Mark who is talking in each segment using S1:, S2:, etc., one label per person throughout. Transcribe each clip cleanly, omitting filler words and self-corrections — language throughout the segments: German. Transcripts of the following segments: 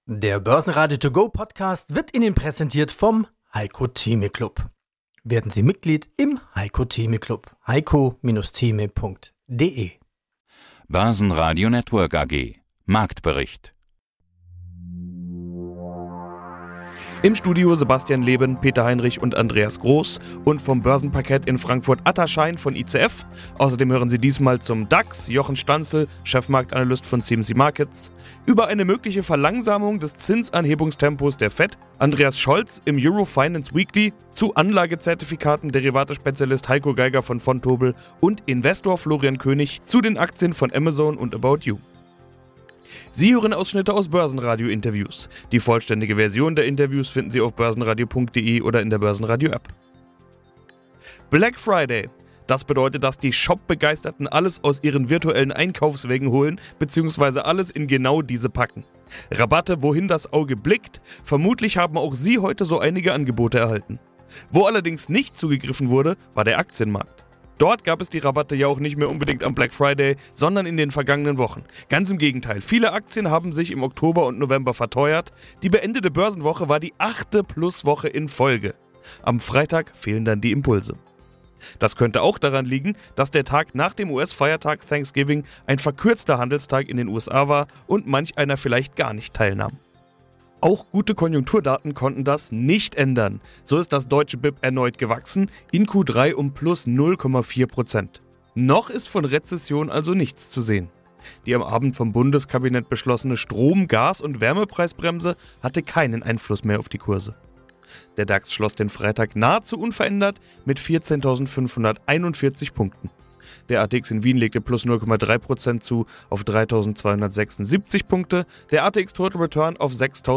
S1: Der Börsenradio To Go Podcast wird Ihnen präsentiert vom Heiko Theme Club. Werden Sie Mitglied im Heiko Theme Club. heiko-theme.de.
S2: Börsenradio Network AG. Marktbericht.
S3: Im Studio Sebastian Leben, Peter Heinrich und Andreas Groß und vom Börsenparkett in Frankfurt Atta Schein von ICF. Außerdem hören Sie diesmal zum DAX Jochen Stanzel, Chefmarktanalyst von CMC Markets, über eine mögliche Verlangsamung des Zinsanhebungstempos der FED, Andreas Scholz im Euro Finance Weekly, zu Anlagezertifikaten Derivate-Spezialist Heiko Geiger von Vontobel und Investor Florian König zu den Aktien von Amazon und About You. Sie hören Ausschnitte aus Börsenradio-Interviews. Die vollständige Version der Interviews finden Sie auf börsenradio.de oder in der Börsenradio-App. Black Friday. Das bedeutet, dass die Shop-Begeisterten alles aus ihren virtuellen Einkaufswägen holen, bzw. alles in genau diese packen. Rabatte, wohin das Auge blickt. Vermutlich haben auch Sie heute so einige Angebote erhalten. Wo allerdings nicht zugegriffen wurde, war der Aktienmarkt. Dort gab es die Rabatte ja auch nicht mehr unbedingt am Black Friday, sondern in den vergangenen Wochen. Ganz im Gegenteil, viele Aktien haben sich im Oktober und November verteuert. Die beendete Börsenwoche war die 8. Pluswoche in Folge. Am Freitag fehlen dann die Impulse. Das könnte auch daran liegen, dass der Tag nach dem US-Feiertag Thanksgiving ein verkürzter Handelstag in den USA war und manch einer vielleicht gar nicht teilnahm. Auch gute Konjunkturdaten konnten das nicht ändern. So ist das deutsche BIP erneut gewachsen, in Q3 um plus 0,4%. Noch ist von Rezession also nichts zu sehen. Die am Abend vom Bundeskabinett beschlossene Strom-, Gas- und Wärmepreisbremse hatte keinen Einfluss mehr auf die Kurse. Der DAX schloss den Freitag nahezu unverändert mit 14.541 Punkten. Der ATX in Wien legte plus 0,3% zu auf 3.276 Punkte, der ATX Total Return auf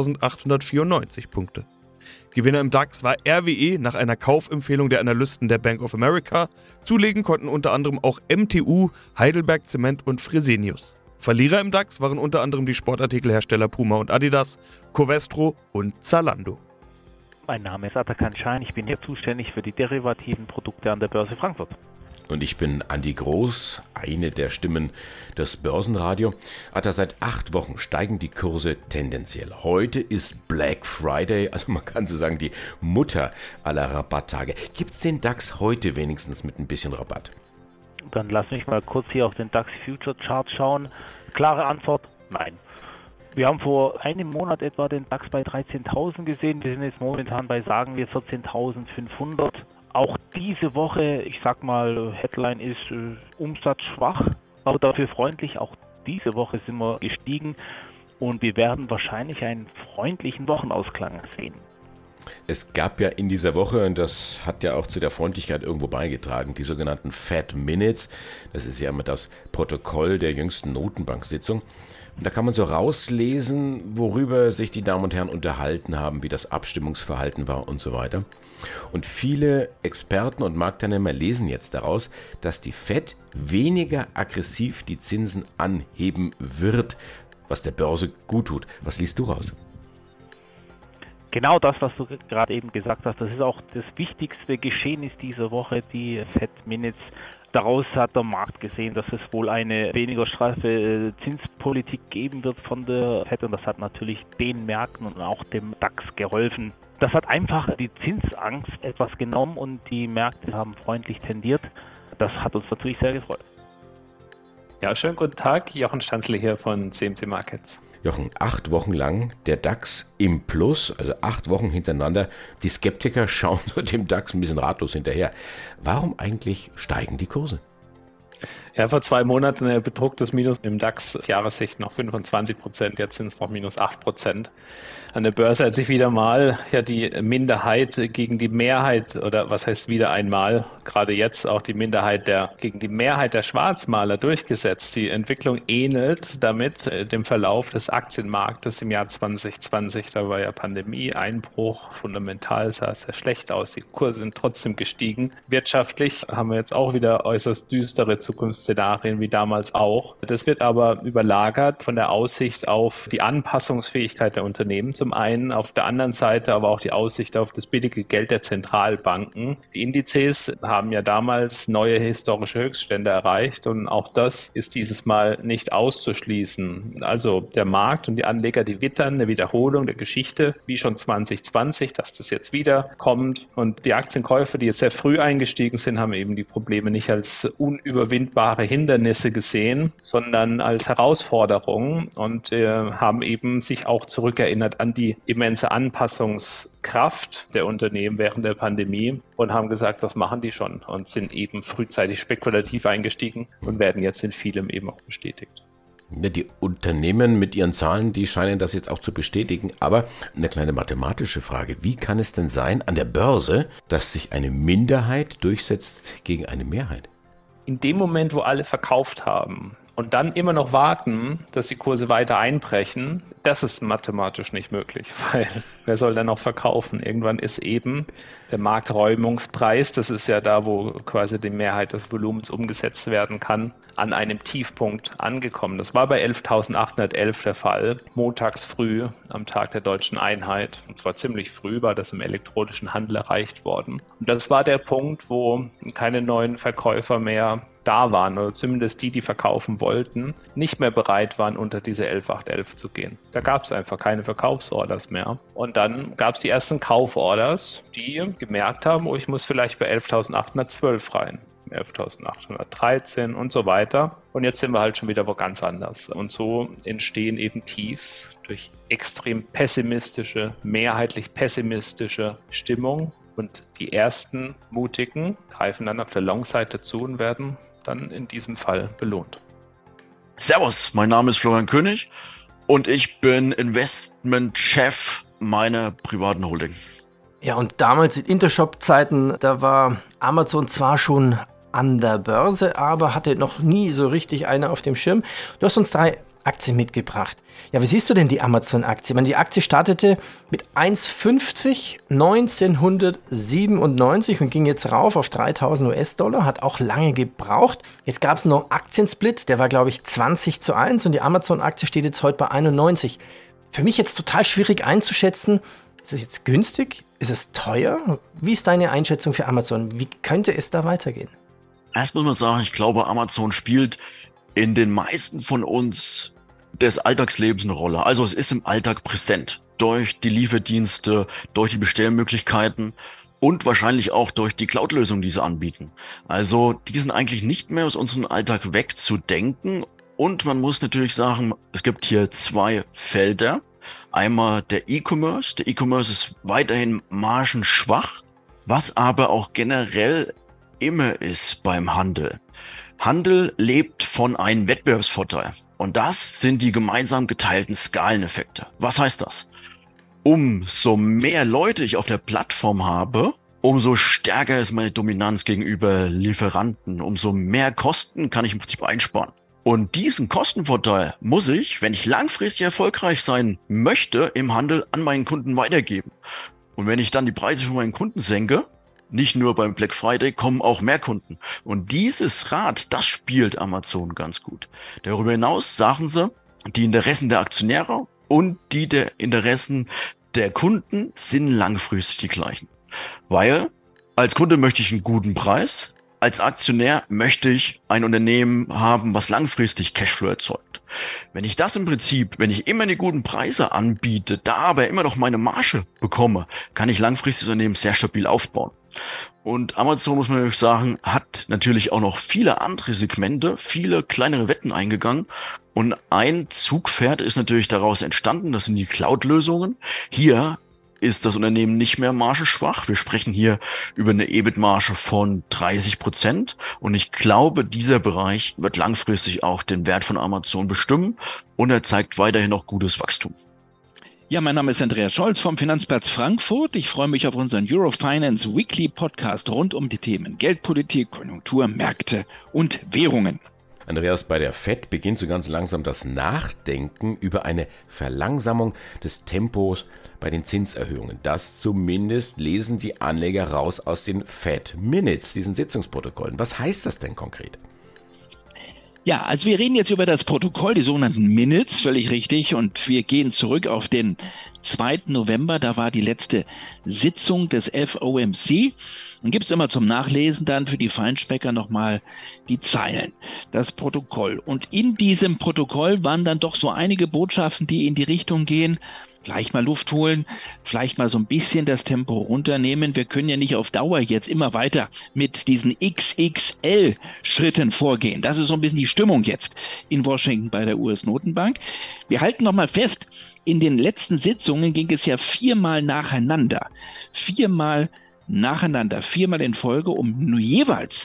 S3: 6.894 Punkte. Gewinner im DAX war RWE nach einer Kaufempfehlung der Analysten der Bank of America. Zulegen konnten unter anderem auch MTU, Heidelberg Zement und Fresenius. Verlierer im DAX waren unter anderem die Sportartikelhersteller Puma und Adidas, Covestro und Zalando.
S4: Mein Name ist Atakan Schein, ich bin hier zuständig für die derivativen Produkte an der Börse Frankfurt.
S5: Und ich bin Andi Groß, eine der Stimmen des Börsenradio. Seit 8 Wochen steigen die Kurse tendenziell. Heute ist Black Friday, also man kann so sagen die Mutter aller Rabatttage. Gibt es den DAX heute wenigstens mit ein bisschen Rabatt?
S4: Dann lass mich mal kurz hier auf den DAX Future Chart schauen. Klare Antwort, nein. Wir haben vor einem Monat etwa den DAX bei 13.000 gesehen. Wir sind jetzt momentan bei, sagen wir, 14.500. Auch diese Woche, ich sag mal, Headline ist umsatzschwach, aber dafür freundlich. Auch diese Woche sind wir gestiegen und wir werden wahrscheinlich einen freundlichen Wochenausklang sehen.
S5: Es gab ja in dieser Woche, und das hat ja auch zu der Freundlichkeit irgendwo beigetragen, die sogenannten Fed Minutes. Das ist ja immer das Protokoll der jüngsten Notenbank-Sitzung. Und da kann man so rauslesen, worüber sich die Damen und Herren unterhalten haben, wie das Abstimmungsverhalten war und so weiter. Und viele Experten und Marktteilnehmer lesen jetzt daraus, dass die FED weniger aggressiv die Zinsen anheben wird, was der Börse gut tut. Was liest du raus?
S4: Genau das, was du gerade eben gesagt hast, das ist auch das wichtigste Geschehnis dieser Woche, die Fed Minutes. Daraus hat der Markt gesehen, dass es wohl eine weniger straffe Zinspolitik geben wird von der Fed und das hat natürlich den Märkten und auch dem DAX geholfen. Das hat einfach die Zinsangst etwas genommen und die Märkte haben freundlich tendiert. Das hat uns natürlich sehr gefreut.
S6: Ja, schönen guten Tag, Jochen Stanzle hier von CMC Markets.
S5: Jochen, 8 Wochen lang der DAX im Plus, also 8 Wochen hintereinander. Die Skeptiker schauen dem DAX ein bisschen ratlos hinterher. Warum eigentlich steigen die Kurse?
S6: Ja, vor 2 Monaten betrug das Minus im DAX auf Jahressicht noch 25%, jetzt sind es noch minus 8%. An der Börse hat sich wieder mal die Minderheit gegen die Mehrheit, oder was heißt wieder einmal, gerade jetzt auch die Minderheit gegen die Mehrheit der Schwarzmaler durchgesetzt. Die Entwicklung ähnelt damit dem Verlauf des Aktienmarktes im Jahr 2020. Da war ja Pandemie, Einbruch, fundamental sah es sehr schlecht aus. Die Kurse sind trotzdem gestiegen. Wirtschaftlich haben wir jetzt auch wieder äußerst düstere Zukunftsaussichten Szenarien wie damals auch. Das wird aber überlagert von der Aussicht auf die Anpassungsfähigkeit der Unternehmen zum einen, auf der anderen Seite aber auch die Aussicht auf das billige Geld der Zentralbanken. Die Indizes haben ja damals neue historische Höchststände erreicht und auch das ist dieses Mal nicht auszuschließen. Also der Markt und die Anleger, die wittern eine Wiederholung der Geschichte, wie schon 2020, dass das jetzt wieder kommt. Und die Aktienkäufer, die jetzt sehr früh eingestiegen sind, haben eben die Probleme nicht als unüberwindbare Hindernisse gesehen, sondern als Herausforderungen und haben eben sich auch zurückerinnert an die immense Anpassungskraft der Unternehmen während der Pandemie und haben gesagt, was machen die schon, und sind eben frühzeitig spekulativ eingestiegen und werden jetzt in vielem eben auch bestätigt.
S5: Ja, die Unternehmen mit ihren Zahlen, die scheinen das jetzt auch zu bestätigen. Aber eine kleine mathematische Frage. Wie kann es denn sein an der Börse, dass sich eine Minderheit durchsetzt gegen eine Mehrheit?
S6: In dem Moment, wo alle verkauft haben und dann immer noch warten, dass die Kurse weiter einbrechen, das ist mathematisch nicht möglich, weil wer soll dann noch verkaufen? Irgendwann ist eben der Markträumungspreis, das ist ja da, wo quasi die Mehrheit des Volumens umgesetzt werden kann, an einem Tiefpunkt angekommen. Das war bei 11.811 der Fall, montags früh am Tag der Deutschen Einheit. Und zwar ziemlich früh war das im elektronischen Handel erreicht worden. Und das war der Punkt, wo keine neuen Verkäufer mehr da waren, oder zumindest die verkaufen wollten, nicht mehr bereit waren, unter diese 11.811 zu gehen. Da gab es einfach keine Verkaufsorders mehr. Und dann gab es die ersten Kauforders, die gemerkt haben, oh, ich muss vielleicht bei 11.812 rein. 11.813 und so weiter. Und jetzt sind wir halt schon wieder wo ganz anders. Und so entstehen eben Tiefs durch extrem pessimistische, mehrheitlich pessimistische Stimmung. Und die ersten Mutigen greifen dann auf der Long-Seite zu und werden dann in diesem Fall belohnt.
S7: Servus, mein Name ist Florian König und ich bin Investmentchef meiner privaten Holding.
S1: Ja, und damals in Intershop-Zeiten, da war Amazon zwar schon an der Börse, aber hatte noch nie so richtig eine auf dem Schirm. Du hast uns 3 Aktien mitgebracht. Ja, wie siehst du denn die Amazon-Aktie? Ich meine, die Aktie startete mit 1,50 1997 und ging jetzt rauf auf 3.000 US-Dollar, hat auch lange gebraucht. Jetzt gab es noch einen Aktiensplit, der war, glaube ich, 20:1 und die Amazon-Aktie steht jetzt heute bei 91. Für mich jetzt total schwierig einzuschätzen, ist es jetzt günstig? Ist es teuer? Wie ist deine Einschätzung für Amazon? Wie könnte es da weitergehen?
S7: Erst muss man sagen, ich glaube, Amazon spielt in den meisten von uns des Alltagslebens eine Rolle. Also es ist im Alltag präsent. Durch die Lieferdienste, durch die Bestellmöglichkeiten und wahrscheinlich auch durch die Cloud-Lösungen, die sie anbieten. Also die sind eigentlich nicht mehr aus unserem Alltag wegzudenken. Und man muss natürlich sagen, es gibt hier 2 Felder. Einmal der E-Commerce. Der E-Commerce ist weiterhin margenschwach, was aber auch generell immer ist beim Handel. Handel lebt von einem Wettbewerbsvorteil. Und das sind die gemeinsam geteilten Skaleneffekte. Was heißt das? Umso mehr Leute ich auf der Plattform habe, umso stärker ist meine Dominanz gegenüber Lieferanten. Umso mehr Kosten kann ich im Prinzip einsparen. Und diesen Kostenvorteil muss ich, wenn ich langfristig erfolgreich sein möchte, im Handel an meinen Kunden weitergeben. Und wenn ich dann die Preise für meinen Kunden senke, nicht nur beim Black Friday, kommen auch mehr Kunden. Und dieses Rad, das spielt Amazon ganz gut. Darüber hinaus sagen sie, die Interessen der Aktionäre und die der Interessen der Kunden sind langfristig die gleichen. Weil als Kunde möchte ich einen guten Preis, als Aktionär möchte ich ein Unternehmen haben, was langfristig Cashflow erzeugt. Wenn ich das im Prinzip, wenn ich immer die guten Preise anbiete, da aber immer noch meine Marge bekomme, kann ich langfristig das Unternehmen sehr stabil aufbauen. Und Amazon, muss man natürlich sagen, hat natürlich auch noch viele andere Segmente, viele kleinere Wetten eingegangen. Und ein Zugpferd ist natürlich daraus entstanden, das sind die Cloud-Lösungen. Hier ist das Unternehmen nicht mehr margenschwach. Wir sprechen hier über eine EBIT-Marge von 30%. Und ich glaube, dieser Bereich wird langfristig auch den Wert von Amazon bestimmen. Und er zeigt weiterhin noch gutes Wachstum.
S8: Ja, mein Name ist Andreas Scholz vom Finanzplatz Frankfurt. Ich freue mich auf unseren Eurofinance Weekly Podcast rund um die Themen Geldpolitik, Konjunktur, Märkte und Währungen.
S5: Andreas, bei der FED beginnt so ganz langsam das Nachdenken über eine Verlangsamung des Tempos bei den Zinserhöhungen. Das zumindest lesen die Anleger raus aus den Fed Minutes, diesen Sitzungsprotokollen. Was heißt das denn konkret?
S8: Ja, also wir reden jetzt über das Protokoll, die sogenannten Minutes, völlig richtig. Und wir gehen zurück auf den 2. November. Da war die letzte Sitzung des FOMC. Und gibt es immer zum Nachlesen dann für die Feinschmecker nochmal die Zeilen, das Protokoll. Und in diesem Protokoll waren dann doch so einige Botschaften, die in die Richtung gehen, vielleicht mal Luft holen, vielleicht mal so ein bisschen das Tempo runternehmen. Wir können ja nicht auf Dauer jetzt immer weiter mit diesen XXL-Schritten vorgehen. Das ist so ein bisschen die Stimmung jetzt in Washington bei der US-Notenbank. Wir halten noch mal fest, in den letzten Sitzungen ging es ja viermal nacheinander in Folge um jeweils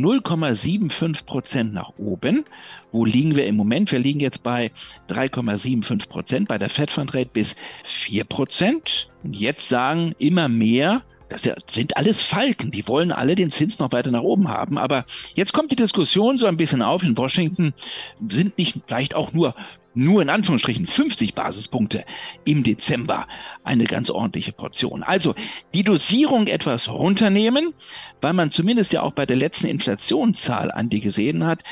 S8: 0,75% nach oben. Wo liegen wir im Moment? Wir liegen jetzt bei 3,75%, bei der Fed Fund Rate bis 4%. Und jetzt sagen immer mehr, das sind alles Falken, die wollen alle den Zins noch weiter nach oben haben. Aber jetzt kommt die Diskussion so ein bisschen auf. In Washington sind nicht vielleicht auch nur in Anführungsstrichen 50 Basispunkte im Dezember eine ganz ordentliche Portion. Also die Dosierung etwas runternehmen, weil man zumindest ja auch bei der letzten Inflationszahl, Andi, gesehen hat,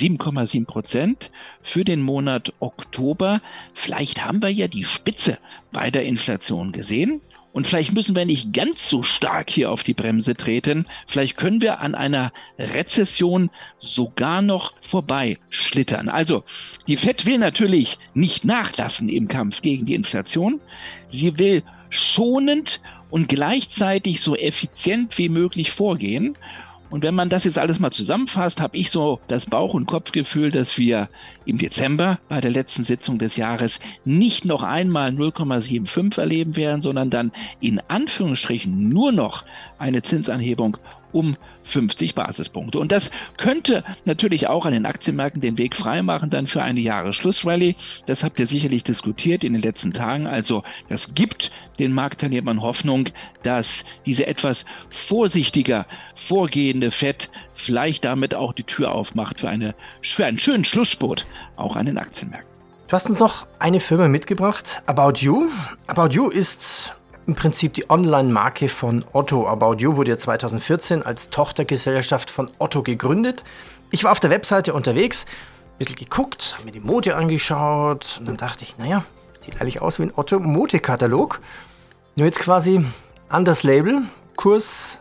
S8: 7,7% für den Monat Oktober. Vielleicht haben wir ja die Spitze bei der Inflation gesehen. Und vielleicht müssen wir nicht ganz so stark hier auf die Bremse treten. Vielleicht können wir an einer Rezession sogar noch vorbeischlittern. Also die Fed will natürlich nicht nachlassen im Kampf gegen die Inflation. Sie will schonend und gleichzeitig so effizient wie möglich vorgehen. Und wenn man das jetzt alles mal zusammenfasst, habe ich so das Bauch- und Kopfgefühl, dass wir im Dezember bei der letzten Sitzung des Jahres nicht noch einmal 0,75 erleben werden, sondern dann in Anführungsstrichen nur noch eine Zinsanhebung um 50 Basispunkte. Und das könnte natürlich auch an den Aktienmärkten den Weg freimachen dann für eine Jahresschlussrallye. Das habt ihr sicherlich diskutiert in den letzten Tagen. Also das gibt den Marktteilnehmern Hoffnung, dass diese etwas vorsichtiger vorgehende Fed vielleicht damit auch die Tür aufmacht für einen schönen Schlussspurt auch an den Aktienmärkten.
S1: Du hast uns noch eine Firma mitgebracht, About You. About You ist im Prinzip die Online-Marke von Otto. About You wurde ja 2014 als Tochtergesellschaft von Otto gegründet. Ich war auf der Webseite unterwegs, ein bisschen geguckt, habe mir die Mode angeschaut und dann dachte ich, naja, sieht eigentlich aus wie ein Otto-Modekatalog. Nur jetzt quasi an das Label, Kurs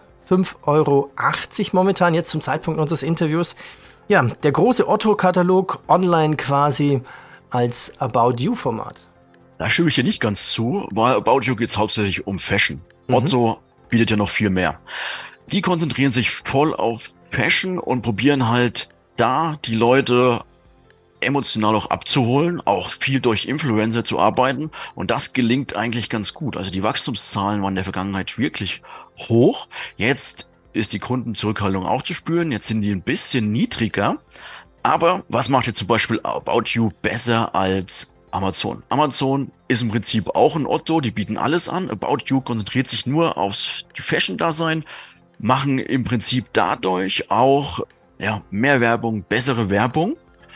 S1: 5,80 € momentan, jetzt zum Zeitpunkt unseres Interviews. Ja, der große Otto-Katalog online quasi als About You-Format.
S7: Da stimme ich dir nicht ganz zu, weil About You geht es hauptsächlich um Fashion. Otto bietet ja noch viel mehr. Die konzentrieren sich voll auf Fashion und probieren halt da die Leute emotional auch abzuholen, auch viel durch Influencer zu arbeiten. Und das gelingt eigentlich ganz gut. Also die Wachstumszahlen waren in der Vergangenheit wirklich hoch. Jetzt ist die Kundenzurückhaltung auch zu spüren. Jetzt sind die ein bisschen niedriger. Aber was macht jetzt zum Beispiel About You besser als Amazon? Amazon ist im Prinzip auch ein Otto, die bieten alles an. About You konzentriert sich nur aufs Fashion-Dasein, machen im Prinzip dadurch auch mehr Werbung, bessere Werbung.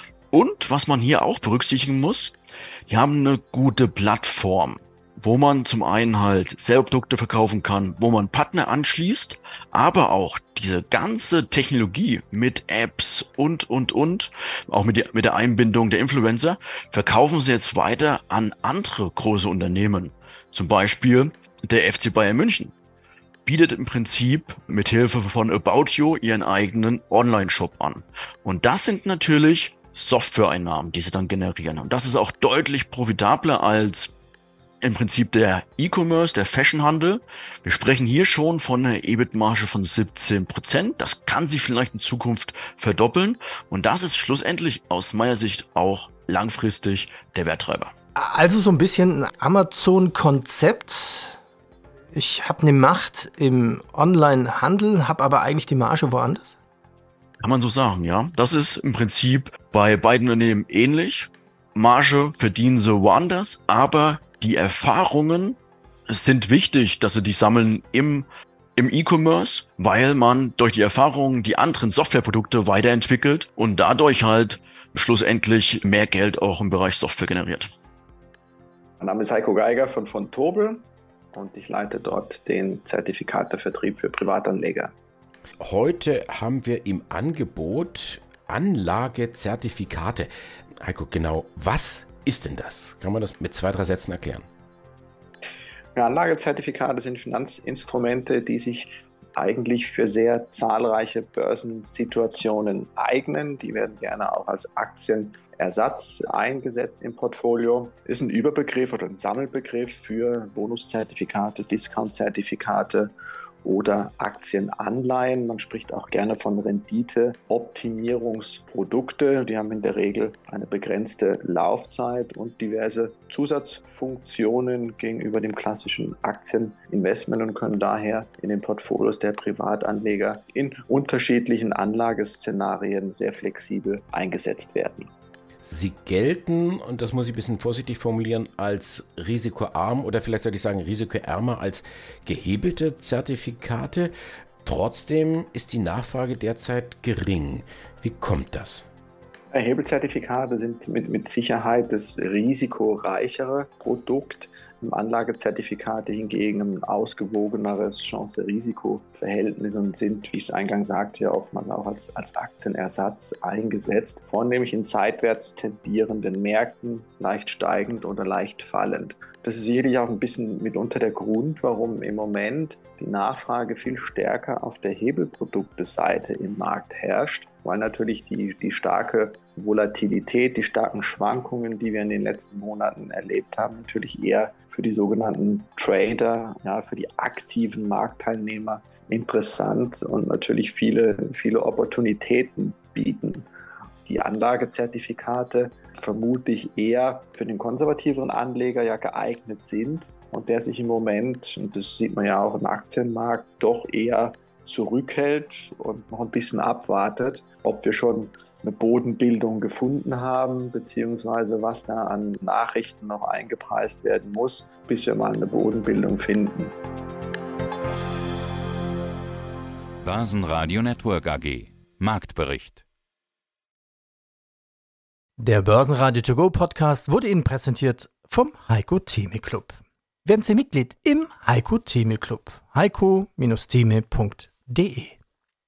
S7: Und was man hier auch berücksichtigen muss, die haben eine gute Plattform, wo man zum einen halt selber Produkte verkaufen kann, wo man Partner anschließt, aber auch diese ganze Technologie mit Apps und, auch mit der Einbindung der Influencer, verkaufen sie jetzt weiter an andere große Unternehmen. Zum Beispiel der FC Bayern München bietet im Prinzip mit Hilfe von About You ihren eigenen Online-Shop an. Und das sind natürlich Softwareeinnahmen, die sie dann generieren. Und das ist auch deutlich profitabler als im Prinzip der E-Commerce, der Fashionhandel. Wir sprechen hier schon von einer EBIT-Marge von 17%. Das kann sich vielleicht in Zukunft verdoppeln. Und das ist schlussendlich aus meiner Sicht auch langfristig der Werttreiber.
S1: Also so ein bisschen ein Amazon-Konzept. Ich habe eine Macht im Online-Handel, habe aber eigentlich die Marge woanders?
S7: Kann man so sagen, ja. Das ist im Prinzip bei beiden Unternehmen ähnlich. Marge verdienen sie woanders, aber die Erfahrungen sind wichtig, dass sie die sammeln im E-Commerce, weil man durch die Erfahrungen die anderen Softwareprodukte weiterentwickelt und dadurch halt schlussendlich mehr Geld auch im Bereich Software generiert.
S9: Mein Name ist Heiko Geiger von Vontobel und ich leite dort den Zertifikatevertrieb für Privatanleger.
S5: Heute haben wir im Angebot Anlagezertifikate. Heiko, genau, was ist denn das? Kann man das mit 2, 3 Sätzen erklären?
S9: Ja, Anlagezertifikate sind Finanzinstrumente, die sich eigentlich für sehr zahlreiche Börsensituationen eignen. Die werden gerne auch als Aktienersatz eingesetzt im Portfolio. Ist ein Überbegriff oder ein Sammelbegriff für Bonuszertifikate, Discountzertifikate oder Aktienanleihen. Man spricht auch gerne von Renditeoptimierungsprodukte. Die haben in der Regel eine begrenzte Laufzeit und diverse Zusatzfunktionen gegenüber dem klassischen Aktieninvestment und können daher in den Portfolios der Privatanleger in unterschiedlichen Anlageszenarien sehr flexibel eingesetzt werden.
S5: Sie gelten, und das muss ich ein bisschen vorsichtig formulieren, als risikoarm oder vielleicht sollte ich sagen risikoärmer als gehebelte Zertifikate. Trotzdem ist die Nachfrage derzeit gering. Wie kommt das?
S9: Hebelzertifikate sind mit Sicherheit das risikoreichere Produkt. Anlagezertifikate hingegen ein ausgewogeneres Chance-Risiko-Verhältnis und sind, wie ich es eingangs sagte, ja oftmals auch als Aktienersatz eingesetzt, vornehmlich in seitwärts tendierenden Märkten, leicht steigend oder leicht fallend. Das ist sicherlich auch ein bisschen mitunter der Grund, warum im Moment die Nachfrage viel stärker auf der Hebelprodukte-Seite im Markt herrscht, weil natürlich die starke Volatilität, die starken Schwankungen, die wir in den letzten Monaten erlebt haben, natürlich eher für die sogenannten Trader, ja, für die aktiven Marktteilnehmer interessant und natürlich viele Opportunitäten bieten. Die Anlagezertifikate vermutlich eher für den konservativeren Anleger ja geeignet sind und der sich im Moment, und das sieht man ja auch im Aktienmarkt, doch eher zurückhält und noch ein bisschen abwartet, ob wir schon eine Bodenbildung gefunden haben, beziehungsweise was da an Nachrichten noch eingepreist werden muss, bis wir mal eine Bodenbildung finden.
S2: Börsenradio Network AG. Marktbericht.
S1: Der Börsenradio To Go Podcast wurde Ihnen präsentiert vom Heiko Theme Club. Werden Sie Mitglied im Heiko Theme Club. heiko-theme.de